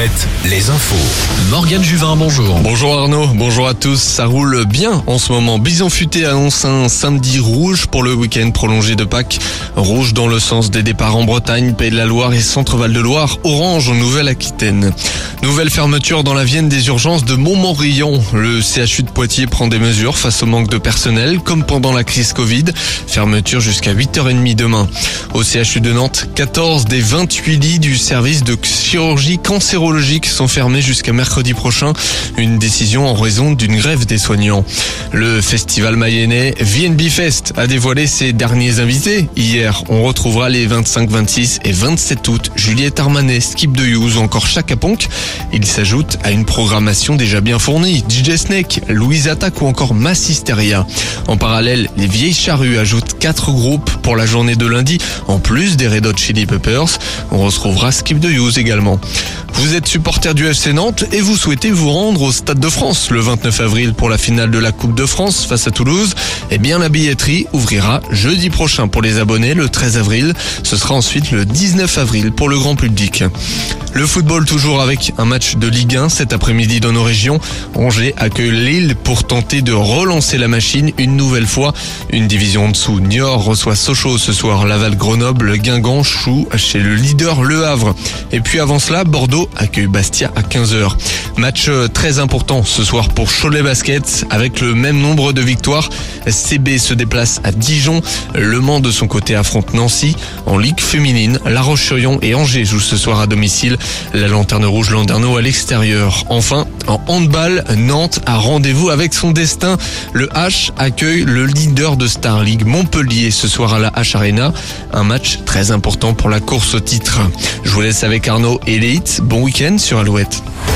Alouette, les infos. Morgane Juvin, bonjour. Bonjour Arnaud, bonjour à tous. Ça roule bien en ce moment. Bison Futé annonce un samedi rouge pour le week-end prolongé de Pâques. Rouge dans le sens des départs en Bretagne, Pays de la Loire et Centre-Val de Loire. Orange en Nouvelle-Aquitaine. Nouvelle fermeture dans la Vienne des urgences de Montmorillon. Le CHU de Poitiers prend des mesures face au manque de personnel, comme pendant la crise Covid. Fermeture jusqu'à 8h30 demain. Au CHU de Nantes, 14 des 28 lits du service de chirurgie cancérologique sont fermés jusqu'à mercredi prochain. Une décision en raison d'une grève des soignants. Le festival mayennais VNB Fest a dévoilé ses derniers invités. Hier, on retrouvera les 25, 26 et 27 août Juliette Armanet, Skip de Use ou encore Chaka Ponk. Il s'ajoute à une programmation déjà bien fournie. DJ Snake, Louise Attaque ou encore Massisteria. En parallèle, les Vieilles Charrues ajoutent 4 groupes pour la journée de lundi, en plus des Red Hot Chili Peppers. On retrouvera Skip de Use également. Vous êtes supporter du FC Nantes et vous souhaitez vous rendre au Stade de France le 29 avril pour la finale de la Coupe de France face à Toulouse. Eh bien, la billetterie ouvrira jeudi prochain pour les abonnés, le 13 avril. Ce sera ensuite le 19 avril pour le grand public. Le football toujours avec un match de Ligue 1 cet après-midi dans nos régions. Angers accueille Lille pour tenter de relancer la machine une nouvelle fois. Une division en dessous, Niort reçoit Sochaux ce soir, Laval, Grenoble, Guingamp, Choux chez le leader Le Havre. Et puis avant cela, Bordeaux accueille Bastia à 15h. Match très important ce soir pour Cholet Basket avec le même nombre de victoires. CB se déplace à Dijon. Le Mans de son côté affronte Nancy. En Ligue féminine, La Roche-sur-Yon et Angers jouent ce soir à domicile. La Lanterne Rouge Landerneau à l'extérieur. Enfin, en handball, Nantes a rendez-vous avec son destin. Le H accueille le leader de Star League, Montpellier, ce soir à la H Arena. Un match très important pour la course au titre. Je vous laisse avec Arnaud et les hits. Bon week-end sur Alouette.